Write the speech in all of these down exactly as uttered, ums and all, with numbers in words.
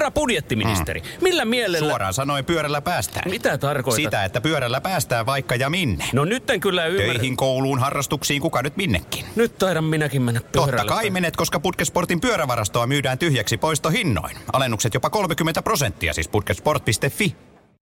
Herra budjettiministeri, mm. millä mielellä... Suoraan sanoen pyörällä päästään. Mitä tarkoitat? Sitä, että pyörällä päästään vaikka ja minne. No nyt en kyllä ymmärrä. Töihin, kouluun, harrastuksiin, kuka nyt minnekin. Nyt taidan minäkin mennä pyörällä. Totta kai menet, koska Putkesportin pyörävarastoa myydään tyhjäksi poistohinnoin. Alennukset jopa kolmekymmentä prosenttia, siis putkesport piste fi.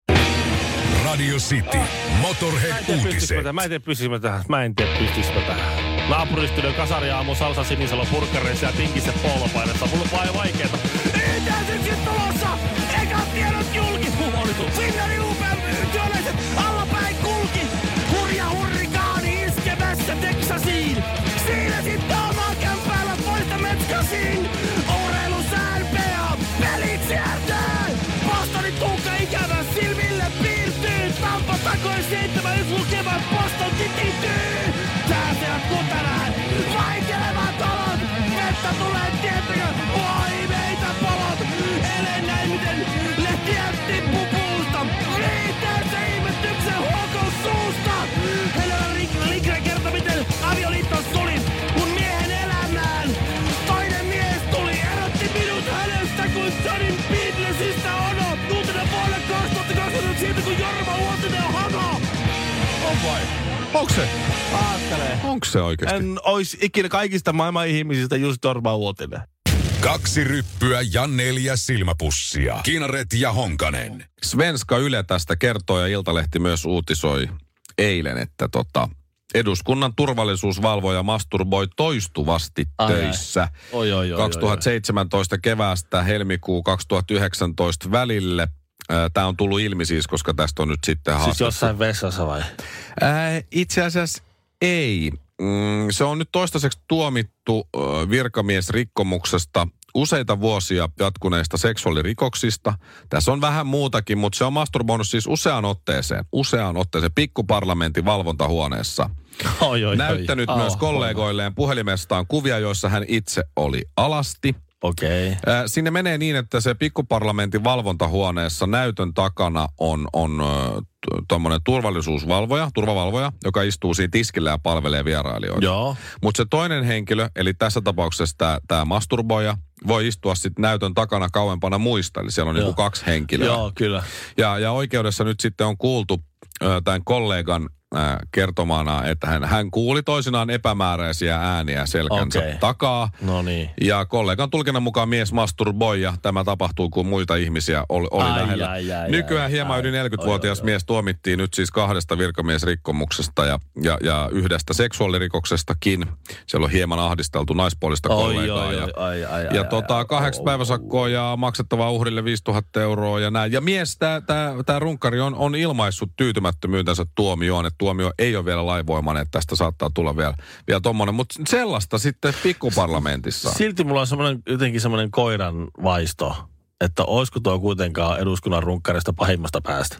Radio City, Motorhead-uutiset. Mä en tiedä pystyisikö tähän. Mä en tiedä pystyisikö tähän. Naapuristudion kasariaamu Salsa Sinisalo purkkareissa ja tinkissä poolopainessa. Mulla on vaan vaikeeta. Itäisyyksiä tulossa! Eka tiedot julki! Huolitu! Finnarin upea työläiset allapäin kulki! Hurja hurrikaani iskemässä Texasiin! Siinä sitten omaa kämpäällä poista metskasiin! Oreilusään P A! Pelit sieltää! Bostonin tuukka ikävä silmille piirtyy! Tampa takoi seitsemän yksi lukevan Boston titittyy! Pääsevät kutanään! Vaikelevat olot! Vettä tulee tiettäkö! Voi meitä polot! Elen näin miten lehtiä tippuu puusta! Riittää se ihmettyksen huokous suusta! Helena Ligre kertoi miten avioliitto suli mun miehen elämään! Toinen mies tuli, erotti minut hänestä kuin Johnny Beatlesista ono! Uutinen vuonna kaksituhattakaksikymmentä siitä kun Jorma Uotinen on hano! On vai? Onks se? Aattelee. Onks se oikeesti? En ois ikinä kaikista maailman ihmisistä just Jorma Uotinen. Kaksi ryppyä ja neljä silmäpussia. Kinaret ja Honkanen. Svenska Yle tästä kertoo ja Iltalehti myös uutisoi eilen, että tota, eduskunnan turvallisuusvalvoja masturboi toistuvasti ai töissä. Ai. Oi, oi, oi, kaksituhattaseitsemäntoista oi, oi. keväästä helmikuu kaksituhattayhdeksäntoista välille. Tämä on tullut ilmi siis, koska tästä on nyt sitten haastettu. Siis jossain vessassa vai? Ää, itse asiassa ei. Mm, se on nyt toistaiseksi tuomittu äh, virkamiesrikkomuksesta useita vuosia jatkuneista seksuaalirikoksista. Tässä on vähän muutakin, mutta se on masturboinut siis useaan otteeseen. Useaan otteeseen pikkuparlamentin valvontahuoneessa. Oi, oi, Näyttänyt oi. myös Oh, kollegoilleen puhelimestaan kuvia, joissa hän itse oli alasti. Okei. Okay. Äh, sinne menee niin, että se pikkuparlamentin valvontahuoneessa näytön takana on, on äh, tuommoinen turvallisuusvalvoja, turvavalvoja, joka istuu siinä tiskillä ja palvelee vierailijoita. Joo. Mutta se toinen henkilö, eli tässä tapauksessa tämä masturboija, voi istua sitten näytön takana kauempana muista, eli siellä on niinku kaksi henkilöä. Joo, kyllä. Ja, ja oikeudessa nyt sitten on kuultu äh, tämän kollegan äh, kertomana, että hän, hän kuuli toisinaan epämääräisiä ääniä selkänsä okay. takaa. No niin. Ja kollegan tulkinnan mukaan mies masturboi ja tämä tapahtuu, kun muita ihmisiä oli, oli ai, lähellä. Ai, ai, Nykyään ai, hieman ai, yli neljäkymmentävuotias oi, mies tuomittiin nyt siis kahdesta virkamiesrikkomuksesta ja, ja, ja yhdestä seksuaalirikoksestakin. Siellä on hieman ahdisteltu naispuolista oi, kollegaa. oi, ja oi, ai, ai, ja ai, tota, ai, kahdeksan päiväsakkoa ja maksettavaa uhrille viisituhatta euroa ja näin. Ja mies, tämä runkkari on, on ilmaissut tyytymättömyytensä tuomioon, että tuomio ei ole vielä lainvoimainen, että tästä saattaa tulla vielä, vielä tommonen. Mutta sellaista sitten pikkuparlamentissa. Silti mulla on semmoinen, jotenkin semmoinen koiran vaisto, että olisiko tuo kuitenkaan eduskunnan runkkarista pahimmasta päästä.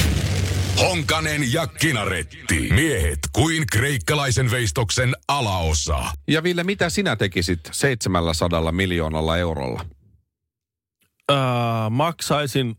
Honkanen ja Kinaretti. Miehet kuin kreikkalaisen veistoksen alaosa. Ja Ville, mitä sinä tekisit seitsemälläsadalla miljoonalla eurolla? Öö, maksaisin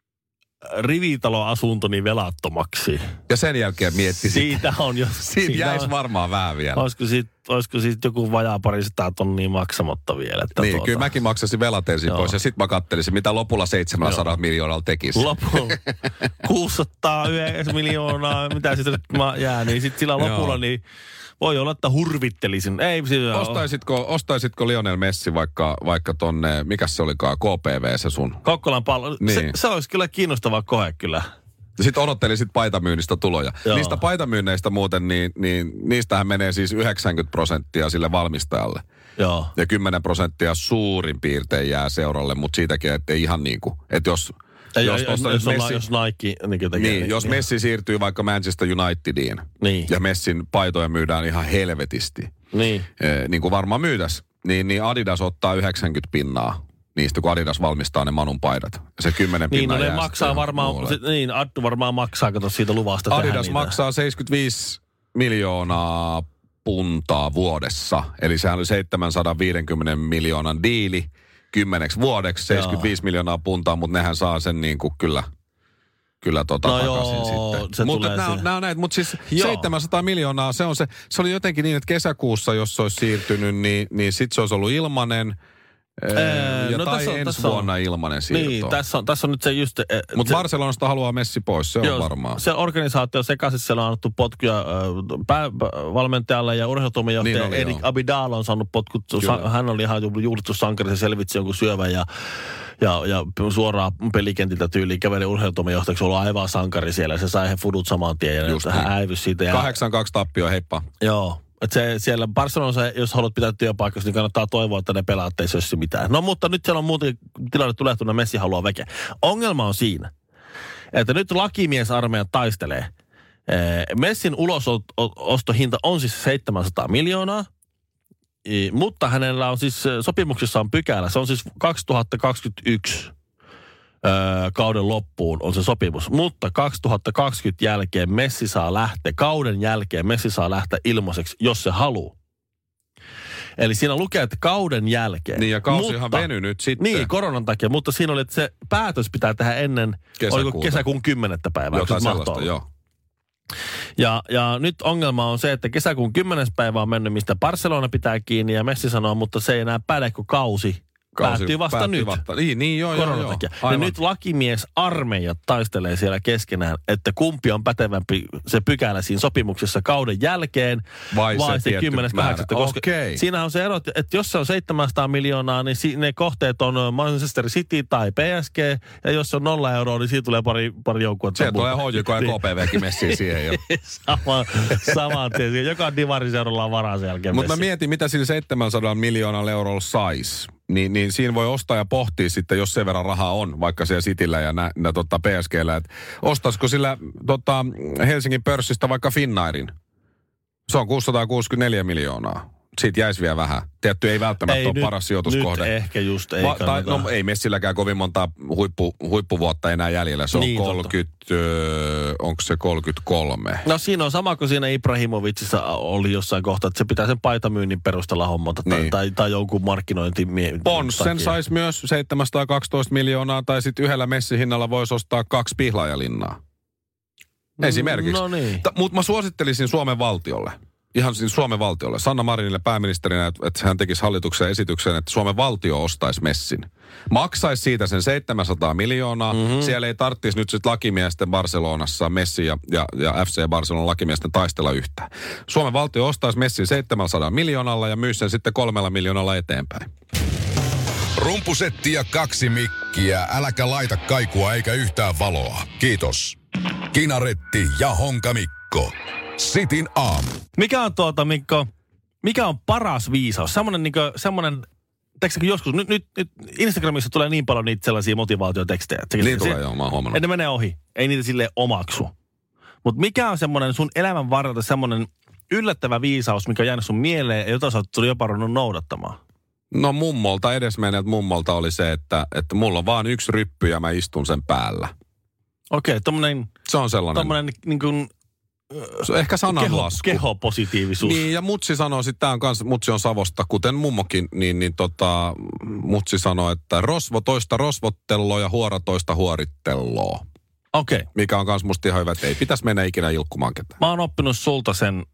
rivitaloasuntoni velattomaksi. Ja sen jälkeen miettisit. Siitä on jo. Siitä jäisi varmaan vähän vielä. Olisiko siitä, olisiko siitä joku vajaa parisataa tonnia maksamatta vielä? Että niin, tuota... kyllä mäkin maksasin velat ensin Joo. pois ja sit mä kattelisin, mitä lopulla seitsemänsataa miljoonalla tekisi. Lopulla kuusisataa miljoonaa, mitä sitten mä jää, niin sit sillä lopulla niin voi olla, että hurvittelisin. Ei, siis ostaisitko, ostaisitko Lionel Messi vaikka, vaikka tonne, mikä se olikaan, K P V se sun? Kokkolan pallo. Niin. Se, se olisi kyllä kiinnostava kohe kyllä. Sitten odottelisit paitamyynnistä tuloja. Joo. Niistä paitamyynneistä muuten, niin, niin niistähän menee siis yhdeksänkymmentä prosenttia sille valmistajalle. Joo. Ja kymmenen prosenttia suurin piirtein jää seuralle, mutta siitäkin, että ei ihan niin kuin, että jos... Ei, jos, jos, tosta, jos, jos, Messi, jos Nike niin tekee, niin, niin, jos niin. Messi siirtyy vaikka Manchester Unitediin niin. ja Messin paitoja myydään ihan helvetisti, niin, eh, niin kuin varmaan myydäs, niin, niin Adidas ottaa yhdeksänkymmentä pinnaa niistä, kun Adidas valmistaa ne Manun paidat. Ja se kymmenen niin, pinnaa no ne jää maksaa varmaan, se, niin Addu varmaan maksaa, kato siitä luvasta. Adidas maksaa seitsemänkymmentäviisi miljoonaa puntaa vuodessa, eli sehän oli seitsemänsataaviisikymmentä miljoonan diili kymmeneksi vuodeksi, seitsemänkymmentäviisi joo. miljoonaa puntaa, mutta nehän saa sen niin kuin kyllä, kyllä tota no takaisin joo, sitten. Se mutta tulee nämä, nämä on näitä, mutta siis joo. seitsemänsataa miljoonaa, se on se, se oli jotenkin niin, että kesäkuussa, jos se olisi siirtynyt, niin, niin sitten se olisi ollut ilmanen. Öö, ja no tai tässä on- ensi tässä on- vuonna ilmanen siirto. Niin, tässä on, tässä on nyt se just... eh, Mutta se- Barcelonasta haluaa Messi pois, se on Joo, varmaa. Se organisaatio sekaisin, siellä on annettu potkuja äh, päävalmentajalle ja urheilutoimijohtaja Niin oli, Erik joo. Abidal on saanut potkut. Sa- hän oli ihan juhlittu sankari, se selvitsi jonkun syövän ja, ja, ja suoraan pelikentiltä tyyliin käveli urheilutoimijohtajaksi, ollut aivan sankari siellä. Se sai he fudut saman tien ja Just hän niin. häivisi siitä. Ja, kahdeksan kaksi tappio, heippa. Joo. Että se, siellä Barcelonassa, jos haluat pitää työpaikassa, niin kannattaa toivoa, että ne pelaat ei sössi mitään. No mutta nyt siellä on muuten tilanne tulehtuna, Messi haluaa veke. Ongelma on siinä, että nyt lakimiesarmeija taistelee. Messin ulosostohinta on siis seitsemänsataa miljoonaa, mutta hänellä on siis sopimuksessa pykälä, se on siis kaksituhattakaksikymmentäyksi kauden loppuun on se sopimus, mutta kaksituhattakaksikymmentä jälkeen Messi saa lähteä, kauden jälkeen Messi saa lähteä ilmaiseksi, jos se haluaa. Eli siinä lukee, että kauden jälkeen. Niin ja kausihan veny nyt sitten. Niin, koronan takia, mutta siinä oli, että se päätös pitää tehdä ennen Kesäkuuta. oliko kesäkuun kymmenettä päivää. Jotain se sellaista, mahtoo? joo. Ja, ja nyt ongelma on se, että kesäkuun kymmenes päivä on mennyt, mistä Barcelona pitää kiinni ja Messi sanoo, mutta se ei enää päde, kun kausi, Kausi päättyy vasta päättyy nyt. Vasta. Niin, niin joo, joo, Koronan joo. takia. Ja Aivan. nyt lakimies armeijat taistelee siellä keskenään, että kumpi on pätevämpi se pykälä siinä sopimuksessa kauden jälkeen Vai se se tietty kymmenes kahdeksatta määrä. Koska Okei. siinä on se ero, että jos se on seitsemänsataa miljoonaa, niin si- ne kohteet on Manchester City tai P S G. Ja jos se on nolla euroa, niin siitä tulee pari, pari joukkuetta. Sieltä tulee H J K ja K P V:kin Messiin siihen jo. Sama, saman tien. Joka divariseuralla on varaa sen jälkeen. Mutta mä Messi. mietin, mitä sillä seitsemänsataa miljoonalla eurolla saisi. Niin, niin siinä voi ostaa ja pohtia sitten, jos sen verran rahaa on, vaikka siellä Cityllä ja nä, nä, tota P S G:llä, että ostaisiko sillä tota, Helsingin pörssistä vaikka Finnairin. Se on kuusisataakuusikymmentäneljä miljoonaa. Siitä jäisi vielä vähän. Tietty ei välttämättä Ei ole nyt- paras sijoituskohde. Nyt ehkä just ei Va, tai, kannata. no ei Messilläkään kovin monta huippu, huippuvuotta enää jäljellä. Se on Niin, totta. kolmekymmentä, öö, onko se kolmekymmentäkolme? No siinä on sama kuin siinä Ibrahimovicissa oli jossain kohtaa, että se pitää sen paitamyynnin perusteella hommata tai, Niin. tai, tai jonkun markkinointi. Ponssen saisi myös seitsemänsataakaksitoista miljoonaa, tai sitten yhdellä Messi-hinnalla voisi ostaa kaksi pihlaajalinnaa. Esimerkiksi. No niin. Mutta mä suosittelisin Suomen valtiolle, ihan siis Suomen valtiolle, Sanna Marinille pääministerinä, että, että hän tekisi hallituksen esityksen, että Suomen valtio ostaisi Messin. Maksaisi siitä sen seitsemänsataa miljoonaa. Mm-hmm. Siellä ei tarvitsisi nyt sitten lakimiesten Barcelonassa Messi ja, ja, ja F C Barcelonan lakimiesten taistella yhtään. Suomen valtio ostaisi Messin seitsemänsataa miljoonalla ja myisi sen sitten kolmella miljoonalla eteenpäin. Rumpusetti ja kaksi mikkiä. Äläkä laita kaikua eikä yhtään valoa. Kiitos. Kinaretti ja Honkamikko. Sitin aamu. Mikä on tuota, Mikko, mikä on paras viisaus? Semmoinen niin semmoinen, tekstikö joskus, nyt, nyt, nyt Instagramissa tulee niin paljon niitä sellaisia motivaatiotekstejä. Niin tulee joo, mä oon huomannut. Että ne menee ohi. Ei niitä silleen omaksu. Mutta mikä on semmoinen sun elämän varrelta semmoinen yllättävä viisaus, mikä on jäänyt sun mieleen ja jota sä oot tullut jopa ruvennut noudattamaan? No mummolta, edesmenneeltä mummolta oli se, että, että mulla on vaan yksi ryppy ja mä istun sen päällä. Okei, tommonen, Se on sellainen. tommonen niin kuin Se on ehkä keho, sananlasku. kehopositiivisuus. Niin, ja mutsi sanoo, sitten tämä on kans, mutsi on Savosta, kuten mummokin, niin, niin tota, mutsi sanoo, että rosvo toista rosvottelloa ja huora toista huorittelloa. Okei. Mikä on kans musta ihan hyvä, että ei pitäisi mennä ikinä ilkkumaan ketään. Mä oon oppinut sulta sen,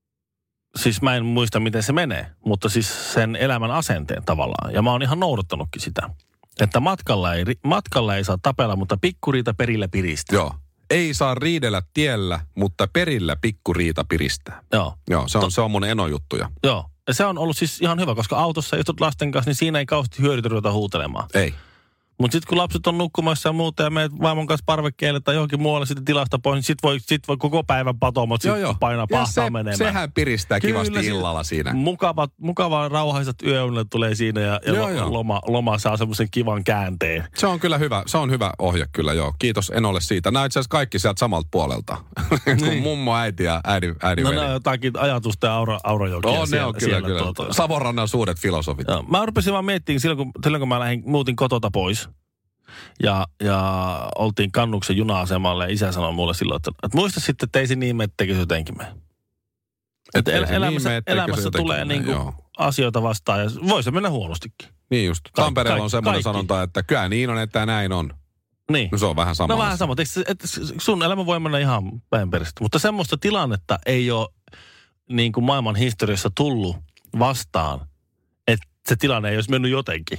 siis mä en muista miten se menee, mutta siis sen elämän asenteen tavallaan. Ja mä oon ihan noudattanutkin sitä. Että matkalla ei, matkalla ei saa tapella, mutta pikkuriita perillä piristää. Joo. Ei saa riidellä tiellä, mutta perillä pikkuriita piristää. Joo. Joo, se on, se on mun enojuttuja. Joo. Ja se on ollut siis ihan hyvä, koska autossa istut lasten kanssa, niin siinä ei kauheasti hyödytä ruveta huutelemaan. Ei. Mutta sitten kun lapset on nukkumassa ja muuta ja meet vaimon kanssa parvekkeelle tai johonkin muualle sitten tilasta pois, niin sitten voi, sit voi koko päivän patomot sitten painaa Ja pahtaa se, menemään. sehän piristää kivasti Kyllä, illalla siinä. Mukava, mukava rauhaiset yöunet tulee siinä ja, ja Joo, lo- joo. loma, loma saa semmoisen kivan käänteen. Se on kyllä hyvä, se on hyvä ohje kyllä, joo. Kiitos Enolle siitä. Nämä itse asiassa kaikki sieltä samalta puolelta. Niin. Mummo, äiti ja äidin, äidin No veli. ne on jotakin ajatusta ja aura, aurajokia. Oh, ne siellä, on kyllä, siellä, kyllä. Tuota. Savonrannan suuret filosofit. Joo, mä rupesin vaan miettimään silloin, kun, silloin, kun mä lähdin, muutin kotota pois. Ja, ja oltiin Kannuksen juna-asemalle ja isä sanoi mulle silloin, että, että muista sitten, että ei se niin mene, etteikö se jotenkin mene. Että el, Ei se niin elämässä, mene, etteikö se elämässä jotenkin tulee mene, niinku joo. asioita vastaan ja voi se mennä huonostikin. Niin just. Kaik- Tampereella on kaik- semmoinen kaikki. sanonta, että kyllä niin on, että näin on. Niin. No se on vähän sama. No vähän asia. sama. Eikö, että sun elämä voi mennä ihan päin peristä. Mutta semmoista tilannetta ei ole niin kuin maailman historiassa tullut vastaan, että se tilanne ei olisi mennyt jotenkin.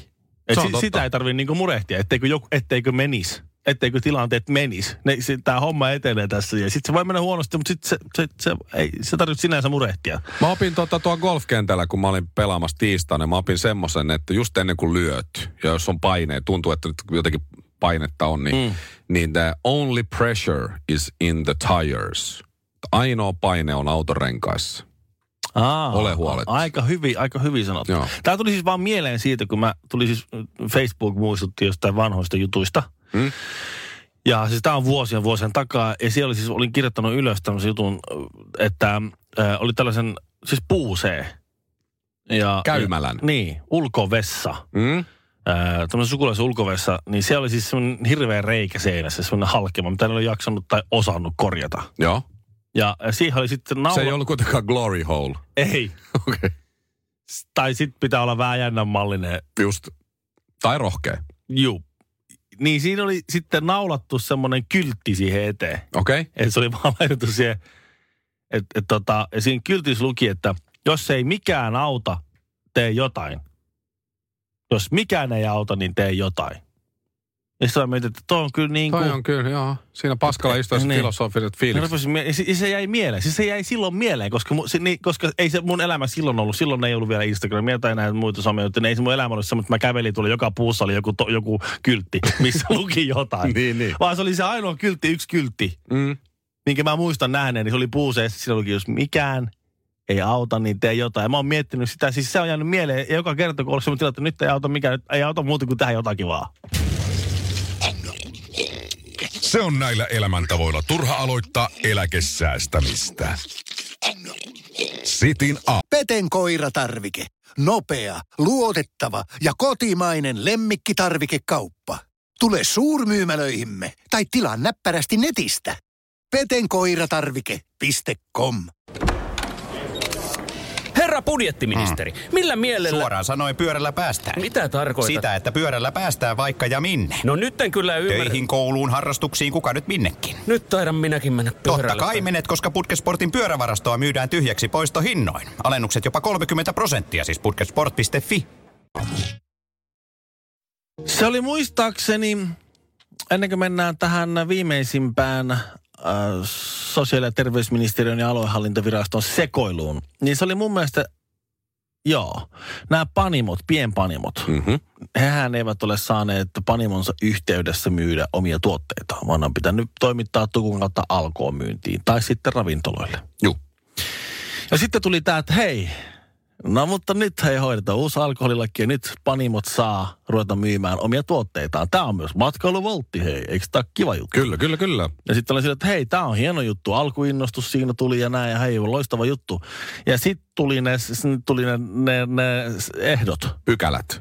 Et Se on si, totta. sitä ei tarvitse niinku murehtia, etteikö, joku, etteikö menisi. Etteikö tilanteet menisi. Tämä homma etenee tässä ja sitten se voi mennä huonosti, mutta sitten se, se, se, ei, se tarvitse sinänsä murehtia. Mä opin tota tuo golfkentällä, kun mä olin pelaamassa tiistaina, mä opin semmoisen, että just ennen kuin lyöt, ja jos on paine, tuntuu, että nyt jotenkin painetta on, niin, mm. niin the only pressure is in the tires. Ainoa paine on autorenkaissa. Aa, Ole huoletti. Aika hyvin, aika hyvin sanottu. Joo. Tämä tuli siis vaan mieleen siitä, kun mä tuli siis Facebook muistutti jostain vanhoista jutuista. Mm. Ja siis tämä on vuosien vuosien takaa. Ja siellä oli siis, olin kirjoittanut ylös tämmöisen jutun, että äh, oli tällaisen, siis puusee. Ja, Käymälän. Ja, niin, ulkovessa. Mm? Äh, tämmöisen sukulaisen ulkovessa. Niin siellä oli siis semmoinen hirveä reikä seinässä, semmoinen halkema, mitä ne oli jaksanut tai osannut korjata. Joo. Ja siihen oli sitten naula... Se ei ollut kuitenkaan glory hole. Ei. Okei. Okay. Tai sitten pitää olla vähän jännän mallinen. Just. Tai rohkea. Juu. Niin siinä oli sitten naulattu semmoinen kyltti siihen eteen. Okei. Okay. Että se oli vaan laitettu siihen, että et tota, ja siinä kyltissä luki, että jos ei mikään auta, tee jotain. Jos mikään ei auta, niin tee jotain. Ja sitten mä mietin, että toi on kyllä niin kuin... Toi on kyllä, joo. Siinä paskalla istuessa niin. filosofiset fiilikset. Ja se jäi mieleen. Siis se jäi silloin mieleen, koska, mu, se, niin, koska ei se mun elämä silloin ollut. Silloin ei ollut vielä Instagramia tai näitä muita somia. Ei se mun elämä ollut semmoinen, että mä kävelin tuolla joka puussa oli joku, to, joku kyltti, missä luki jotain. niin, niin. Vaan se oli se ainoa kyltti, yksi kyltti, Mm. minkä mä muistan nähneen. Niin se oli puuseessa, siinä luki, jos mikään ei auta, niin tee jotain. Ja mä oon miettinyt sitä, siis se on jäänyt mieleen. Ja joka kerta, kun on semmoinen tilanne, että nyt ei auta mikään, nyt ei auta muuta kuin tähän jotakin vaan. Se on näillä elämäntavoilla turha aloittaa eläkesäästämistä. Sitin A. Peten koiratarvike. Nopea, luotettava ja kotimainen lemmikkitarvikekauppa. Tule suurmyymälöihimme tai tilaa näppärästi netistä. petenkoiratarvike piste com. Herra budjettiministeri, mm. millä mielellä... Suoraan sanoen pyörällä päästään. Mitä tarkoitat? Sitä, että pyörällä päästään vaikka ja minne. No nyt en kyllä ymmärrä. Töihin, kouluun, harrastuksiin, kuka nyt minnekin. Nyt taidan minäkin mennä pyörällä. Totta kai menet, koska Putkesportin pyörävarastoa myydään tyhjäksi poistohinnoin. Alennukset jopa kolmekymmentä prosenttia, siis putkesport piste fi. Se oli muistaakseni, ennen kuin mennään tähän viimeisimpään äh, sosiaali- ja terveysministeriön ja aluehallintoviraston sekoiluun, niin se oli mun mielestä, joo, nämä panimot, pienpanimot, Mm-hmm. hehän eivät ole saaneet panimonsa yhteydessä myydä omia tuotteita, vaan on pitänyt toimittaa tukun kautta Alkoon myyntiin tai sitten ravintoloille. Juu. Ja sitten tuli tämä, että hei, no mutta nyt hei hoidetaan uusi alkoholilaki ja nyt panimot saa ruveta myymään omia tuotteitaan. Tämä on myös matkailuvoltti, hei, eikö tämä ole kiva juttu? Kyllä, kyllä, kyllä. Ja sitten oli sillä, että hei, tämä on hieno juttu, alkuinnostus siinä tuli ja näin ja hei, loistava juttu. Ja sitten tuli ne, tuli ne, ne, ne ehdot, Pykälät.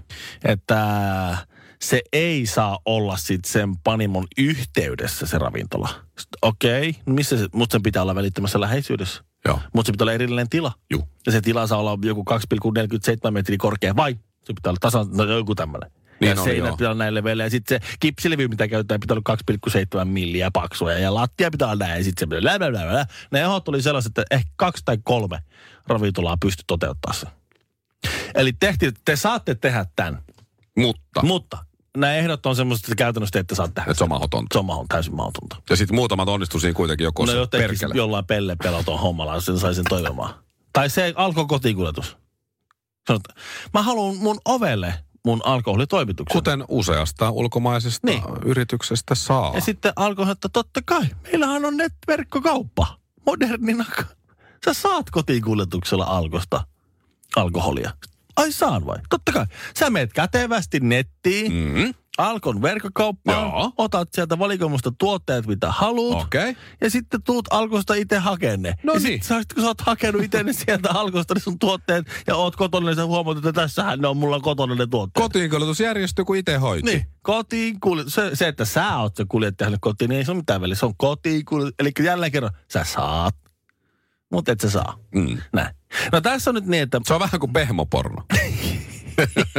että se ei saa olla sitten sen panimon yhteydessä se ravintola. Okei, okay, missä se, mutta sen pitää olla välittömässä läheisyydessä. Joo. Mutta se pitää olla erillinen tila. Juu. Ja se tila saa olla joku kaksi pilkku neljäkymmentäseitsemän metriä korkea, vai? Se pitää olla tasan, no joku tämmöinen. Niin ja oli, seinät joo. pitää olla näin leveillä. Ja sitten se kipsilevy, mitä käytetään, pitää olla kaksi pilkku seitsemän milliä paksua. Ja lattia pitää olla näin. Ja sitten se pitää läblä. Ne ehdot oli sellaiset, että ehkä kaksi tai kolme ravintolaa pysty toteuttamaan sen. Eli tehtiin, että te saatte tehdä tämän. Mutta. Mutta nämä ehdot on semmoiset, että käytännössä te ette saa tehdä. Et se on mahdotonta. Se on mahdotonta, täysin mahdotonta. Ja sitten muutamat onnistu siinä kuitenkin joko No se jotenkin perkele. jollain pelle pelaton hommalla, jos sen sai sen toimimaan. Tai se alkoi kotiinkuljetus. Sanot, mä haluan mun ovelle mun alkoholitoimituksen. Kuten useasta ulkomaisesta Niin. yrityksestä saa. Ja sitten alkoi, että totta kai, meillähän on net-verkkokauppa. Modernina. Sä saat kotiinkuljetuksella alkosta alkoholia. Ai saan vai? Totta kai. Sä meet kätevästi nettiin, Mm. Alkon verkkokauppaan, Joo. otat sieltä valikoimusta tuotteet, mitä haluat. Okei. Okay. Ja sitten tuut Alkosta itse hakee ne. No ja niin. sit, sä, kun sä oot hakenut itse ne sieltä Alkosta, ne sun tuotteet, ja oot kotona, niin sä huomaat, että tässähän ne on mulla kotona ne tuotteet. Kotiinkuljetus järjestyy, kun itse hoiti. Niin, kotiin kuljet. Se, se, että sä oot se kuljettaja kotiin, niin ei se ole mitään väliä. Se on kotiin kuljet. Eli jälleen kerran, sä saat, mutta et sä saa. Mm. Näin. No tässä on nyt niin, että... Se on vähän kuin pehmoporno.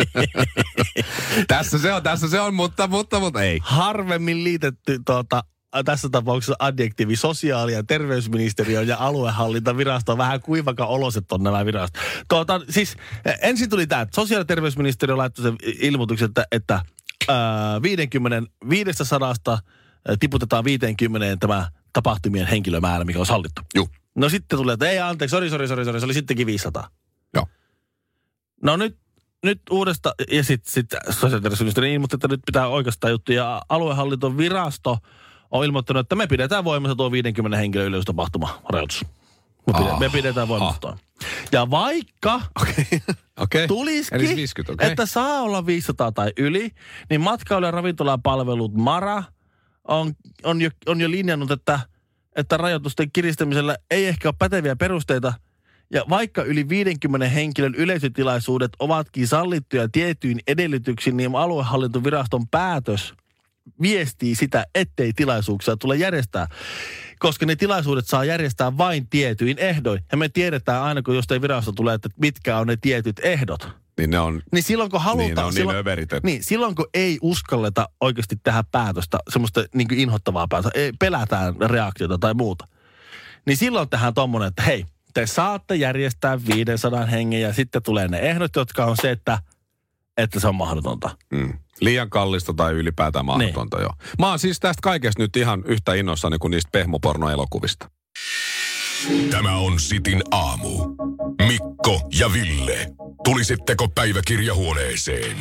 tässä se on, tässä se on, mutta, mutta, mutta ei. Harvemmin liitetty tuota, tässä tapauksessa adjektiivi sosiaali- ja terveysministeriö ja aluehallintavirasto. Vähän kuivaka oloset on nämä virastot. Tuota, siis ensin tuli tämä, että sosiaali- ja terveysministeriö laittoi sen ilmoituksen, että, että ää, viisikymmentä tiputetaan viisikymmentä tämä tapahtumien henkilömäärä, mikä on sallittu. Juh. No sitten tulee, että ei anteeksi, sori, sori, sori, sori, se oli sittenkin viisisataa. Joo. No nyt, nyt uudesta, ja sitten sit sosiaali- ja terveysministeriö ilmoitti, että nyt pitää oikeastaan juttuja. Ja aluehallintovirasto on ilmoittanut, että me pidetään voimassa tuo viisikymmentä henkilön yleisötapahtuma rajoitus. Me, pidetään, me pidetään voimassa tuo. Ja vaikka Okei. Okay. tulisikin, Eli viisikymmentä, okay. että saa olla viisisataa tai yli, niin matkailu- ja ravintolapalvelut MARA on, on, jo, on jo linjannut, että, että rajoitusten kiristämisellä ei ehkä ole päteviä perusteita. Ja vaikka yli viidenkymmenen henkilön yleisötilaisuudet ovatkin sallittuja tietyin edellytyksin, niin aluehallintoviraston päätös viestii sitä, ettei tilaisuuksia tule järjestää. Koska ne tilaisuudet saa järjestää vain tietyin ehdoin. Ja me tiedetään aina, kun jostain virasto tulee, että mitkä on ne tietyt ehdot. Niin ne on, Niin silloin kun halutaan... niin ne on silloin, niin överitet. niin, silloin kun ei uskalleta oikeasti tehdä päätöstä, semmoista niin kuin inhottavaa päätöstä, ei, pelätään reaktiota tai muuta. Niin silloin tehdään tommonen, että hei, te saatte järjestää viisisataa hengen ja sitten tulee ne ehdot, jotka on se, että, että se on mahdotonta. Mm. Liian kallista tai ylipäätään mahdotonta, niin. Joo. Mä oon siis tästä kaikesta nyt ihan yhtä innoissani kuin niistä pehmopornoelokuvista. Tämä on Sitin aamu. Mikko ja Ville. Tulisitteko päiväkirjahuoneeseen?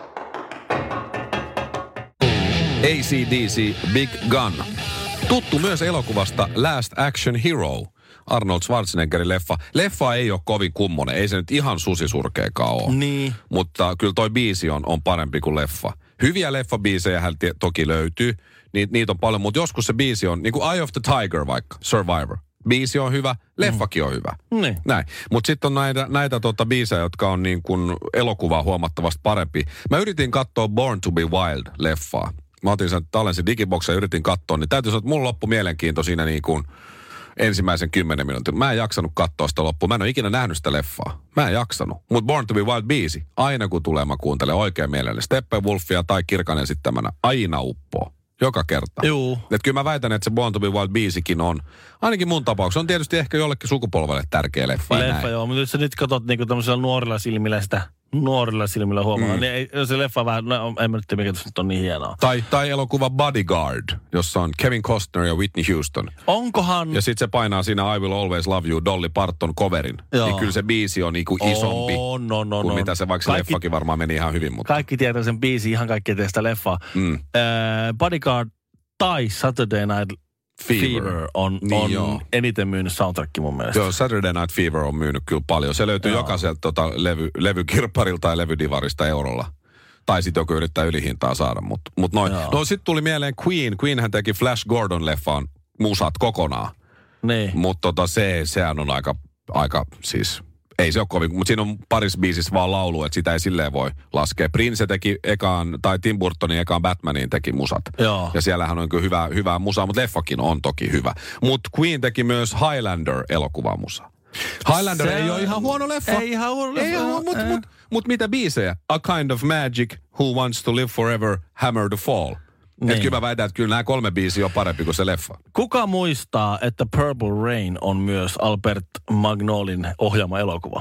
A C D C Big Gun. Tuttu myös elokuvasta Last Action Hero. Arnold Schwarzeneggerin leffa. Leffa ei ole kovin kummonen. Ei se nyt ihan susisurkeakaan ole. Niin. Mutta kyllä toi biisi on, on parempi kuin leffa. Hyviä leffabiisejä hän toki löytyy. Niit, niitä on paljon, mutta joskus se biisi on, niin kuin Eye of the Tiger vaikka, Survivor. Biisi on hyvä, leffakin on hyvä. Niin. Näin. Mutta sitten on näitä, näitä tota biisejä, jotka on niin kuin elokuvaa huomattavasti parempi. Mä yritin katsoa Born to be Wild-leffaa. Mä otin sen tallensin digiboksen ja yritin katsoa, niin täytyy sanoa, että mulla loppu mielenkiinto siinä niin kuin ensimmäisen kymmenen minuutin. Mä en jaksanut katsoa sitä loppuun. Mä en ole ikinä nähnyt sitä leffaa. Mä en jaksanut. Mutta Born to be Wild biisi, aina kun tulee, mä kuuntelen oikein mielelläni Steppenwolfia tai Kirkan esittämänä, aina uppoo. Joka kerta. Juu. Että kyllä mä väitän, että se Born to be Wild biisikin on, ainakin mun tapauksessa, on tietysti ehkä jollekin sukupolvelle tärkeä leffa. Leffa, joo. Mutta jos sä nyt katsot niinku tämmöisellä nuorilla silmillä sitä, nuorilla silmillä huomaa, mm. niin ei, se leffa vähän, no en mä nyt tiedä, mikä tässä nyt on niin hienoa. Tai, tai elokuva Bodyguard, jossa on Kevin Costner ja Whitney Houston. Onkohan... Ja sit se painaa siinä I Will Always Love You, Dolly Parton coverin. Joo. Niin kyllä se biisi on niinku isompi oh, no, no, kuin no. mitä se, vaikka se kaikki, leffakin varmaan meni ihan hyvin. Mutta. Kaikki tietää sen biisin, ihan kaikki tietää sitä leffaa. Mm. Äh, Bodyguard tai Saturday Night Fever, Fever on, niin on eniten myynyt soundtrack mun mielestä. Joo, Saturday Night Fever on myynyt kyllä paljon. Se löytyy joo. jokaiselta tota, levy, levykirpparilta ja levydivarista eurolla. Tai sitten joku yrittää ylihintaa saada. Mutta mut noin. No sitten tuli mieleen Queen. Queenhän teki Flash Gordon-leffaan musat kokonaan. Niin. Mutta tota, se, sehän on aika, aika siis... Ei se ole kovin, mutta siinä on parissa biisissä vaan laulu, että sitä ei silleen voi laskea. Prince teki ekaan, tai Tim Burtonin ekaan Batmanin teki musat. Joo. Ja siellähän on kyllä hyvää, hyvää musaa, mutta leffakin on toki hyvä. Mutta Queen teki myös Highlander-elokuvamusa. Highlander se ei ole ihan huono leffa. Ei ihan huono leffa. Mutta mut, mut mitä biisejä? A Kind of Magic, Who Wants to Live Forever, Hammer to Fall. Niin. Että kyllä mä väitän, että kyllä nämä kolme biisiä on parempi kuin se leffa. Kuka muistaa, että Purple Rain on myös Albert Magnolin ohjaama elokuva?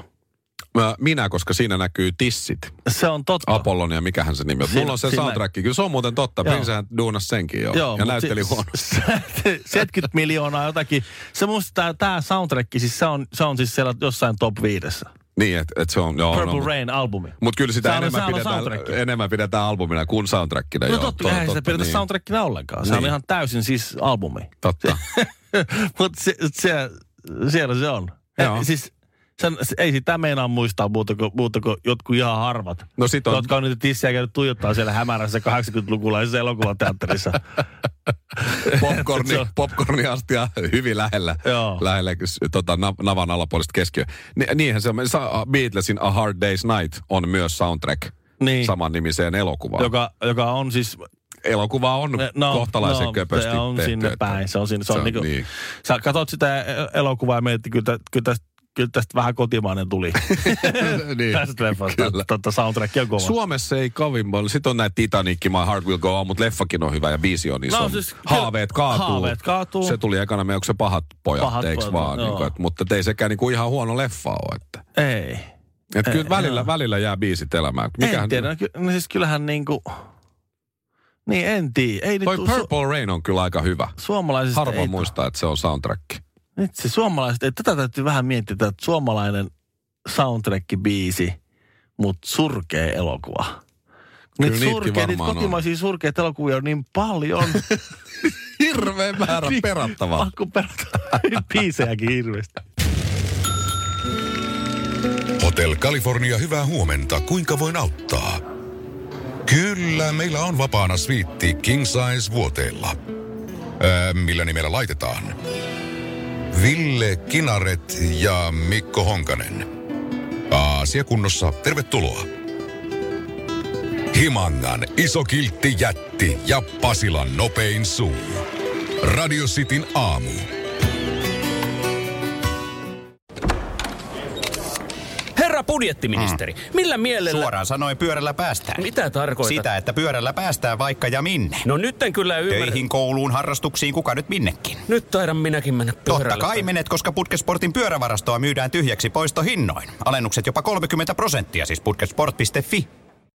Minä, koska siinä näkyy tissit. Se on totta. Apollon ja mikähän se nimi on. Mulla on se soundtrack. Kyllä se on muuten totta. Princehän duunas senkin jo. Joo, ja näytteli si- huonosti. seitsemänkymmentä miljoonaa jotakin. Se musta tämä soundtrack, siis se on, se on siis siellä jossain top viidessä. Niin, että et se on... Joo, Purple no, Rain-albumi. Mutta kyllä sitä enemmän pidetään, enemmän pidetään albumina kuin soundtrackina. No joo, totta, eihän sitä pidetä niin. soundtrackina ollenkaan. Se niin. on ihan täysin siis albumi. Totta. Mutta se, se, siellä se on. Joo. Siis... Sen, ei sitä meinaa muistaa muuta kuin, muuta kuin jotkut ihan harvat, no sit on. jotka on niitä tissiä käynyt tuijottaa siellä hämärässä kahdeksankymmentälukulaisessa elokuvateatterissa. Popcorni, popcorni astia hyvin lähellä, lähellä tota, navan alapuolista keskiöä. Ni, niinhän se on. Beatlesin A Hard Day's Night on myös soundtrack niin. saman nimiseen elokuvaan. Joka, joka on siis... Elokuva on no, kohtalaisen no, köpösti se on tehty, sinne päin. Se on, sinne, se se on on niinku, niin. Sä katsot sitä elokuvaa ja mietit, kyllä, kyllä tästä kyllä tästä vähän kotimainen tuli. niin, tästä leffasta. Totta soundtrack on kova. Suomessa ei kovin paljon. Sitten on näitä Titanic, My Heart Will Go On, mutta leffakin on hyvä ja biisi on iso. No, siis, Haaveet kaatuu. Haaveet kaatuu. Se tuli ekana meidän, onko se Pahat pojat, pahat eiks pojat, vaan? Niin kuin, et, mutta ei sekään niin kuin ihan huono leffa ole. Että. Ei. Että kyllä välillä, joo. välillä jää biisit elämään. Mikähän en tiedä. Ky- no siis kyllähän niinku... Niin, en tiedä. Ei toi nyt, Purple su- Rain on kyllä aika hyvä. Suomalaisista harvoin ei... muistaa, että se on soundtrack. Nyt se suomalaiset... Ei, tätä täytyy vähän miettiä, että suomalainen soundtrack-biisi, mutta surkea elokuva. Nyt surkea, niitä kotimaisia on. Surkeita elokuvia on niin paljon. Hirveä määrä perattavaa. Pakko perattavaa. Biisejäkin hirveästi. Hotel California, hyvää huomenta. Kuinka voin auttaa? Kyllä, meillä on vapaana sviitti King Size vuoteella. Öö, millä nimellä laitetaan? Ville Kinaret ja Mikko Honkanen. Aasia kunnossa, tervetuloa. Himangan iso kiltti jätti ja Pasilan nopein suu. Radio Cityn aamu. Herra budjettiministeri, mm. millä mielellä... Suoraan sanoen pyörällä päästään. Mitä tarkoitat? Sitä, että pyörällä päästään vaikka ja minne. No nyt en kyllä ymmärrä. Töihin, kouluun, harrastuksiin, kuka nyt minnekin. Nyt taidan minäkin mennä pyörällä. Totta kai menet, koska Putkesportin pyörävarastoa myydään tyhjäksi poistohinnoin. Alennukset jopa kolmekymmentä prosenttia, siis putkesport piste fi.